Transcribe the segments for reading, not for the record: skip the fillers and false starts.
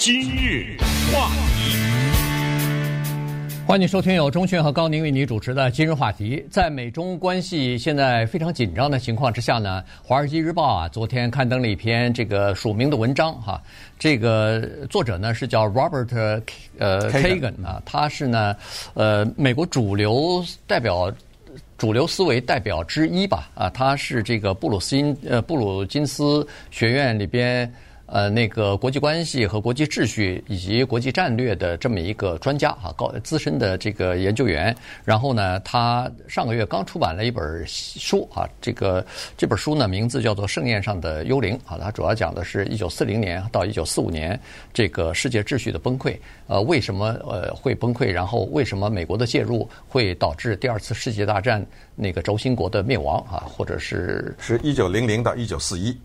今日话题， 欢迎收听由钟迅和高宁为你主持的今日话题。在美中关系现在非常紧张的情况之下呢，《华尔街日报》昨天刊登了一篇这个署名的文章这个作者呢是叫 Robert Kagan 啊，他是呢美国主流思维代表之一吧他是这个布鲁金斯学院里边那个国际关系和国际秩序以及国际战略的这么一个专家资深的这个研究员。然后呢，他上个月刚出版了一本书这本书呢名字叫做《盛宴上的幽灵》它主要讲的是1940年到1945年这个世界秩序的崩溃。为什么会崩溃？然后为什么美国的介入会导致第二次世界大战那个轴心国的灭亡或者是 1900到1941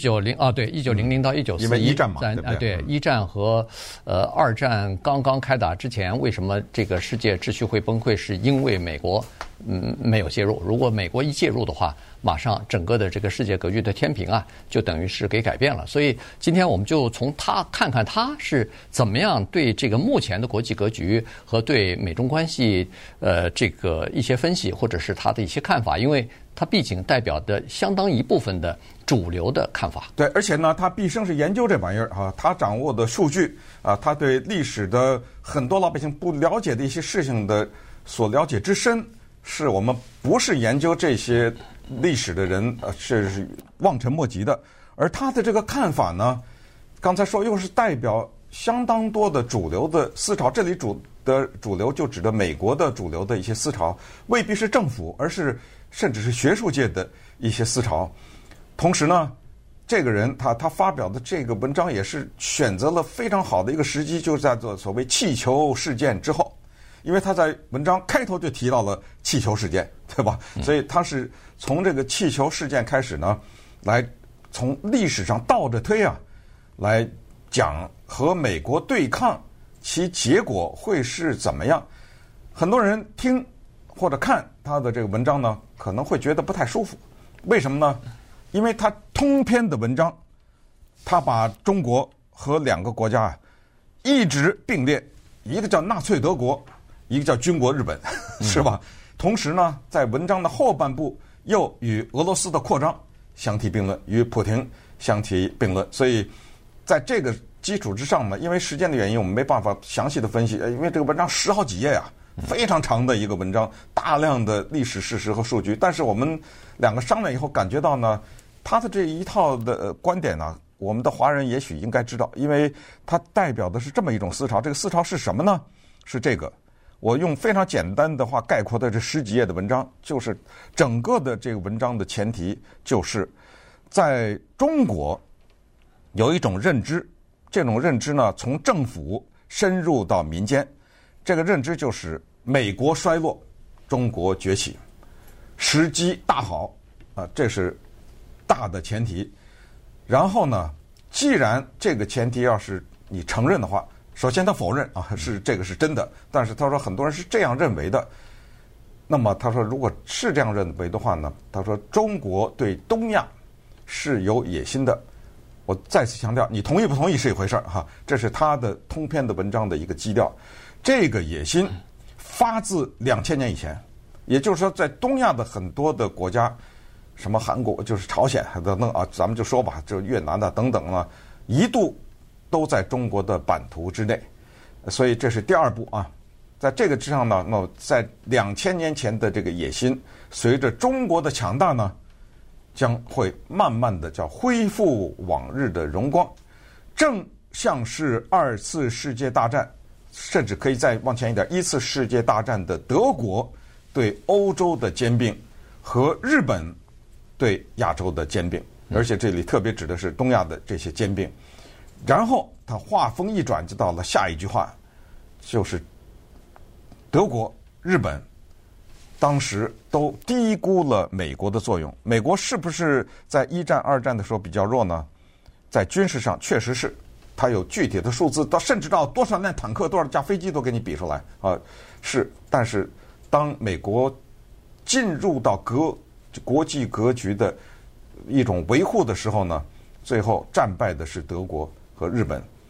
1900到1941， 因为一战嘛， 对一战和二战刚刚开打之前，为什么这个世界秩序会崩溃？是因为美国没有介入。如果美国一介入的话，马上整个的这个世界格局的天平就等于是给改变了。所以今天我们就从他看看他是怎么样对这个目前的国际格局和对美中关系这个一些分析，或者是他的一些看法，因为他毕竟代表的相当一部分的主流的看法。 对，而且呢，他毕生是研究这玩意儿他掌握的数据他对历史的很多老百姓不了解的一些事情的所了解之深，是我们不是研究这些历史的人是望尘莫及的。而他的这个看法呢，刚才说又是代表相当多的主流的思潮。这里主流就指的美国的主流的一些思潮，未必是政府，而是甚至是学术界的一些思潮。同时呢，这个人他发表的这个文章也是选择了非常好的一个时机，就是在做所谓气球事件之后。因为他在文章开头就提到了气球事件，对吧？所以他是从这个气球事件开始呢，来从历史上倒着推来讲和美国对抗其结果会是怎么样。很多人听或者看他的这个文章呢，可能会觉得不太舒服。为什么呢？因为他通篇的文章，他把中国和两个国家一直并列，一个叫纳粹德国，一个叫军国日本，是吧？同时呢，在文章的后半部又与俄罗斯的扩张相提并论，与普廷相提并论。所以在这个基础之上呢，因为时间的原因，我们没办法详细的分析，因为这个文章10好几页非常长的一个文章，大量的历史事实和数据。但是我们两个商量以后感觉到呢，他的这一套的观点呢，我们的华人也许应该知道，因为它代表的是这么一种思潮。这个思潮是什么呢？是这个，我用非常简单的话概括的这10几页的文章，就是整个的这个文章的前提就是在中国有一种认知，这种认知呢从政府深入到民间，这个认知就是美国衰落，中国崛起，时机大好这是大的前提。然后呢，既然这个前提要是你承认的话，首先他否认是这个是真的，但是他说很多人是这样认为的。那么他说如果是这样认为的话呢，他说中国对东亚是有野心的。我再次强调，你同意不同意是一回事这是他的通篇的文章的一个基调。这个野心发自2000年以前，也就是说在东亚的很多的国家，什么韩国就是朝鲜等等咱们就说吧，就越南等等一度都在中国的版图之内。所以这是第二步在这个之上呢，那在2000年前的这个野心，随着中国的强大呢，将会慢慢的叫恢复往日的荣光，正像是2次世界大战，甚至可以再往前一点，1次世界大战的德国对欧洲的兼并和日本对亚洲的兼并，而且这里特别指的是东亚的这些兼并。然后他话锋一转，就到了下一句话，就是德国、日本当时都低估了美国的作用。美国是不是在1战、2战的时候比较弱呢？在军事上确实是，它有具体的数字，甚至到多少辆坦克、多少架飞机都给你比出来是。但是当美国进入到国际格局的一种维护的时候呢，最后战败的是德国和日本。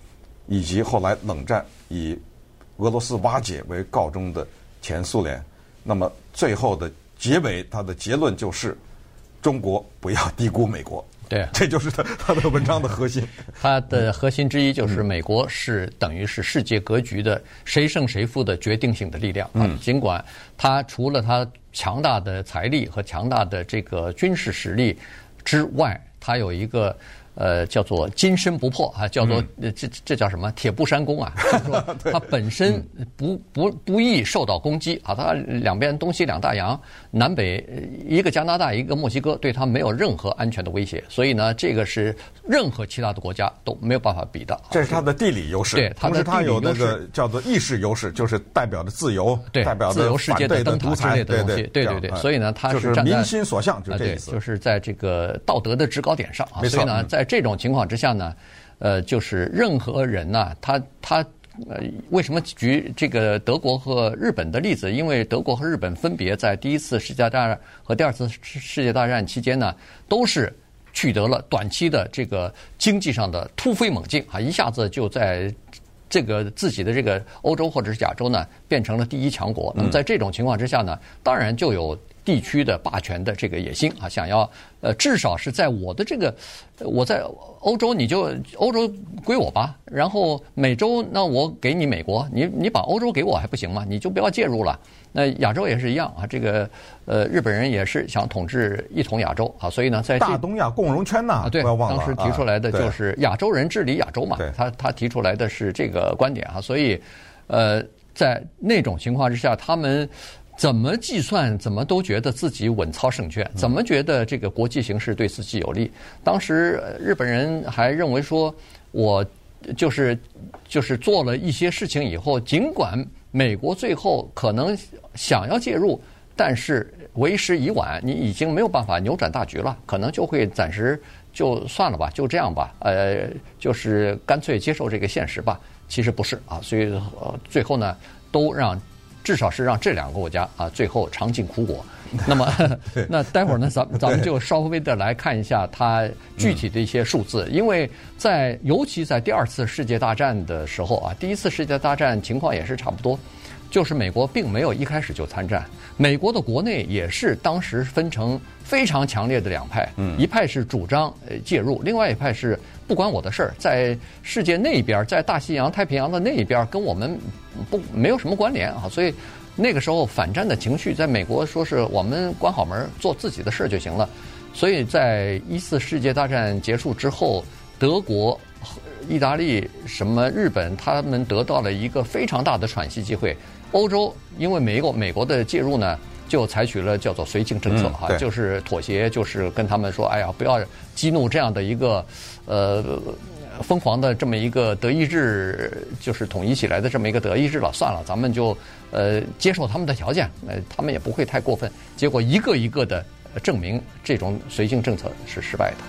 以及后来冷战以俄罗斯瓦解为告终的前苏联。那么最后的结尾，他的结论就是中国不要低估美国。 对， 这就是他的文章的核心。 它的核心之一就是美国是等于是世界格局的谁胜谁负的决定性的力量。尽管它除了它强大的财力和强大的这个军事实力之外，它有一个叫做金身不破啊，叫做这叫什么铁布衫弓啊，就是说它本身不易受到攻击啊，它两边东西两大洋，南北一个加拿大一个墨西哥，对它没有任何安全的威胁，所以呢，这个是任何其他的国家都没有办法比的。 这是它的地理优势， 对， 同时它有那个叫做意识优势，就是代表着自由， 对， 代表着自由世界的灯塔之类的东西，对。所以呢，它是站在民心所向，就这意思， 就是在这个道德的制高点上啊。 没错。 所以呢，在这种情况之下呢，就是任何人呢，他为什么举这个德国和日本的例子？因为德国和日本分别在第一次世界大战和第二次世界大战期间呢，都是取得了短期的这个经济上的突飞猛进啊，一下子就在这个自己的这个欧洲或者是亚洲呢，变成了第一强国。那么在这种情况之下呢，当然就有地区的霸权的这个野心啊，想要至少是在我的这个我在欧洲，你就欧洲归我吧，然后美洲那我给你美国，你把欧洲给我还不行吗？你就不要介入了。那亚洲也是一样啊，这个日本人也是想统治一统亚洲啊，所以呢，在大东亚共荣圈呐， 对， 不要忘了， 当时提出来的就是亚洲人治理亚洲嘛，他提出来的是这个观点啊，所以在那种情况之下，他们怎么计算，怎么都觉得自己稳操胜券，怎么觉得这个国际形势对自己有利。当时日本人还认为说，我就是做了一些事情以后，尽管美国最后可能想要介入，但是为时已晚，你已经没有办法扭转大局了，可能就会暂时就算了吧，就这样吧，就是干脆接受这个现实吧。其实不是啊，所以最后呢，都至少是让这两个国家啊，最后尝尽苦果。那么，那待会儿呢，咱们就稍微的来看一下它具体的一些数字，因为尤其在第二次世界大战的时候啊，第一次世界大战情况也是差不多，就是美国并没有一开始就参战，美国的国内也是当时分成非常强烈的两派，一派是主张介入，另外一派是不关我的事儿，在世界那边，在大西洋、太平洋的那一边跟我们没有什么关联啊，所以那个时候反战的情绪在美国说是我们关好门做自己的事就行了。所以在一次世界大战结束之后，德国、意大利、日本，他们得到了一个非常大的喘息机会。欧洲因为美国的介入呢，就采取了叫做绥靖政策哈，就是妥协，就是跟他们说，哎呀，不要激怒这样的一个疯狂的这么一个德意志，就是统一起来的这么一个德意志了，算了，咱们就接受他们的条件，他们也不会太过分。结果一个一个的证明这种绥靖政策是失败的。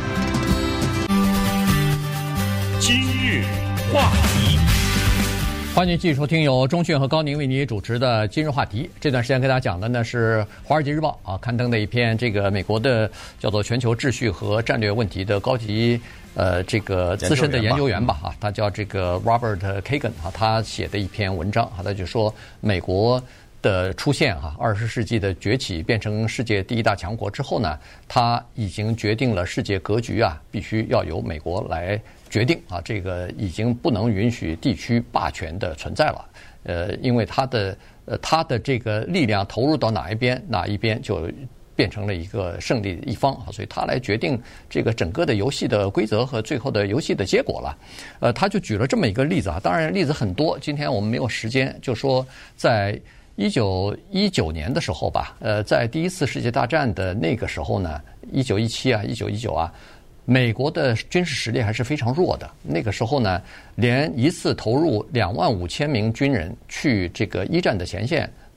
今日话题。 欢迎继续收听由钟迅和高宁为你主持的今日话题。这段时间跟大家讲的呢是《华尔街日报》刊登的一篇这个美国的叫做全球秩序和战略问题的高级这个资深的研究员吧他叫这个 Robert Kagan 他写的一篇文章他就说美国的出现20世纪的崛起变成世界第一大强国之后呢，他已经决定了世界格局必须要由美国来决定这个已经不能允许地区霸权的存在了。因为他的这个力量投入到哪一边就变成了一个胜利一方所以他来决定这个整个的游戏的规则和最后的游戏的结果了。他就举了这么一个例子当然例子很多，今天我们没有时间，就说在1919年的时候吧，在第一次世界大战的那个时候呢，1917、1919美国的军事实力还是非常弱的。那个时候呢，连一次投入25000名军人去这个一战的前线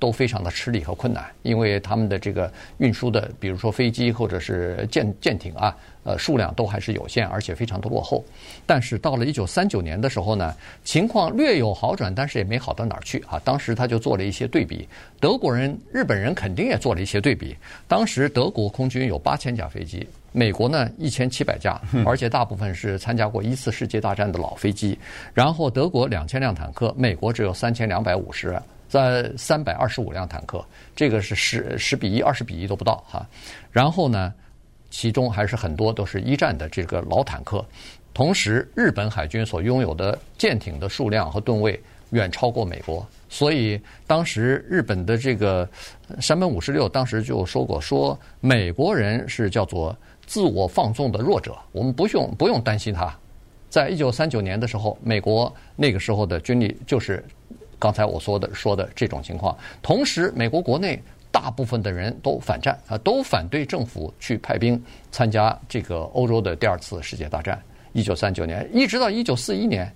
都非常的吃力和困难，因为他们的这个运输的，比如说飞机或者是舰艇啊，数量都还是有限，而且非常的落后。但是到了1939年的时候呢，情况略有好转，但是也没好到哪儿去啊。当时他就做了一些对比，德国人、日本人肯定也做了一些对比。当时德国空军有8000架飞机，美国呢1700架，而且大部分是参加过1次世界大战的老飞机。然后德国2000辆坦克，美国只有3250。在325辆坦克，这个是10比1、20比1都不到哈。然后呢，其中还是很多都是一战的这个老坦克。同时，日本海军所拥有的舰艇的数量和吨位远超过美国，所以当时日本的这个山本56当时就说过，说美国人是叫做自我放纵的弱者，我们不用担心他。在1939年的时候，美国那个时候的军力就是刚才我说的这种情况。同时，美国国内大部分的人都反战啊，都反对政府去派兵参加这个欧洲的第2次世界大战。1939年一直到1941年，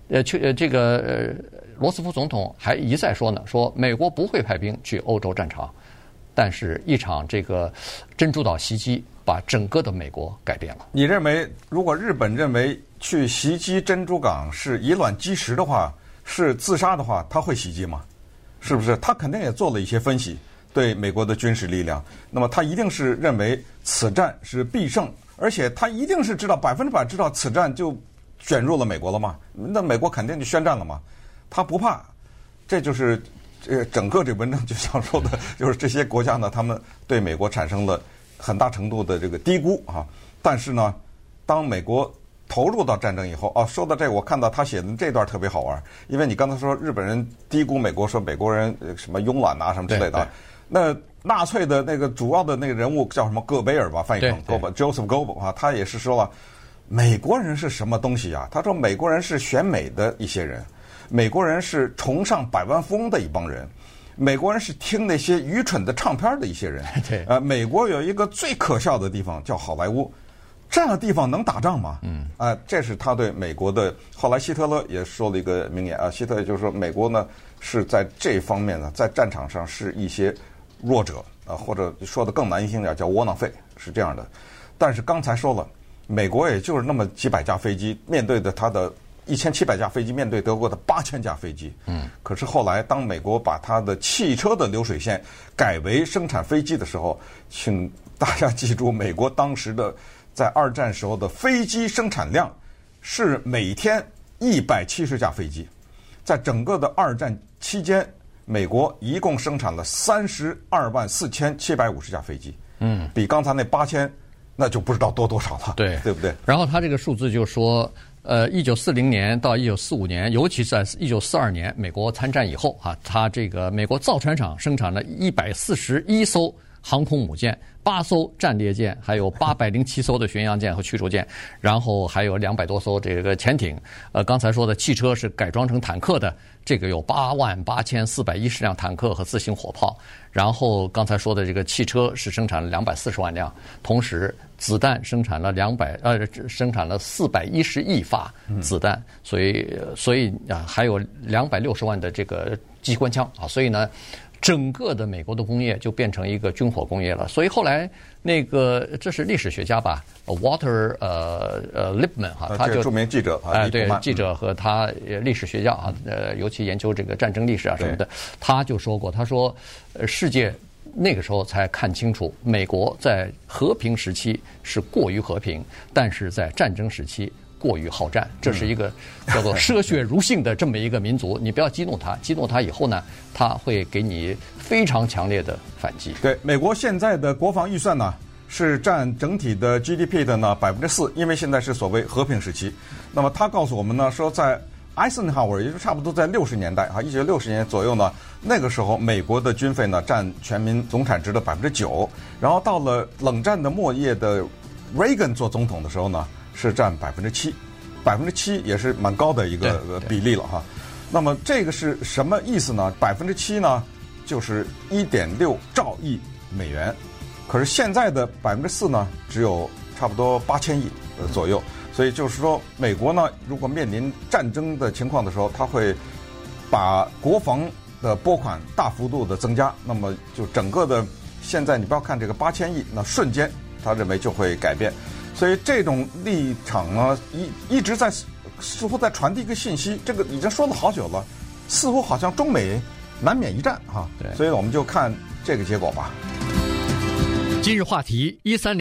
罗斯福总统还一再说呢，说美国不会派兵去欧洲战场。但是，一场这个珍珠岛袭击把整个的美国改变了。 你认为，如果日本认为去袭击珍珠港是以卵击石的话，是自杀的话，他会袭击吗？是不是？他肯定也做了一些分析，对美国的军事力量。那么他一定是认为此战是必胜，而且他一定是知道100%知道此战就卷入了美国了嘛？那美国肯定就宣战了嘛？他不怕。这就是整个这文章就想说的，就是这些国家呢，他们对美国产生了很大程度的这个低估啊。但是呢，当美国投入到战争以后啊，说到这个，我看到他写的这段特别好玩，因为你刚才说日本人低估美国，说美国人什么慵懒啊什么之类的。那纳粹的那个主要的那个人物叫什么戈贝尔吧，翻译成 Joseph Goebbels 啊，他也是说了，美国人是什么东西啊？他说美国人是选美的一些人，美国人是崇尚百万富翁的一帮人，美国人是听那些愚蠢的唱片的一些人。 对， 美国有一个最可笑的地方叫好莱坞。这样的地方能打仗吗？这是他对美国的。后来希特勒也说了一个名言啊，希特勒就是说，美国呢是在这方面呢，在战场上是一些弱者啊，或者说的更难听点叫窝囊废，是这样的。但是刚才说了，美国也就是那么几百架飞机，面对的他的1700架飞机，面对德国的8000架飞机。可是后来当美国把他的汽车的流水线改为生产飞机的时候，请大家记住，美国当时的在2战时候的飞机生产量是每天170架飞机，在整个的2战期间，美国一共生产了324750架飞机。比刚才那8000那就不知道多少了， 对不对？ 然后他这个数字就说，1940年到1945年，尤其是在1942年美国参战以后啊，他这个美国造船厂生产了141艘航空母舰，8艘战列舰，还有807艘的巡洋舰和驱逐舰，然后还有200多艘这个潜艇。刚才说的汽车是改装成坦克的，这个有88410辆坦克和自行火炮。然后刚才说的这个汽车是生产了240万辆，同时子弹生产了410亿发子弹，所以啊还有260万的这个机关枪啊，所以呢，整个的美国的工业就变成一个军火工业了。所以后来那个这是历史学家吧 ，Walter Lippmann 哈，他就著名记者对记者和他历史学家啊，尤其研究这个战争历史啊什么的，他就说过，他说世界那个时候才看清楚，美国在和平时期是过于和平，但是在战争时期过于好战，这是一个叫做嗜血如性的这么一个民族。你不要激怒他，激怒他以后呢，他会给你非常强烈的反击。 对，美国现在的国防预算呢是占整体的 GDP 的呢4%，因为现在是所谓和平时期。那么他告诉我们呢，说在艾森豪威尔，也就差不多在60年代啊，1960年左右呢，那个时候美国的军费呢占全民总产值的9%，然后到了冷战的末叶的 Reagan 做总统的时候呢，是占7%，7%也是蛮高的一个比例了哈。那么这个是什么意思呢？7%呢，就是1.6兆亿美元，可是现在的4%呢，只有差不多8000亿左右。所以就是说，美国呢，如果面临战争的情况的时候，他会把国防的拨款大幅度的增加，那么就整个的现在你不要看这个8000亿，那瞬间他认为就会改变。所以这种立场呢，一直在似乎在传递一个信息，这个已经说了好久了，似乎好像中美难免一战哈。 对， 所以我们就看这个结果吧。 今日话题13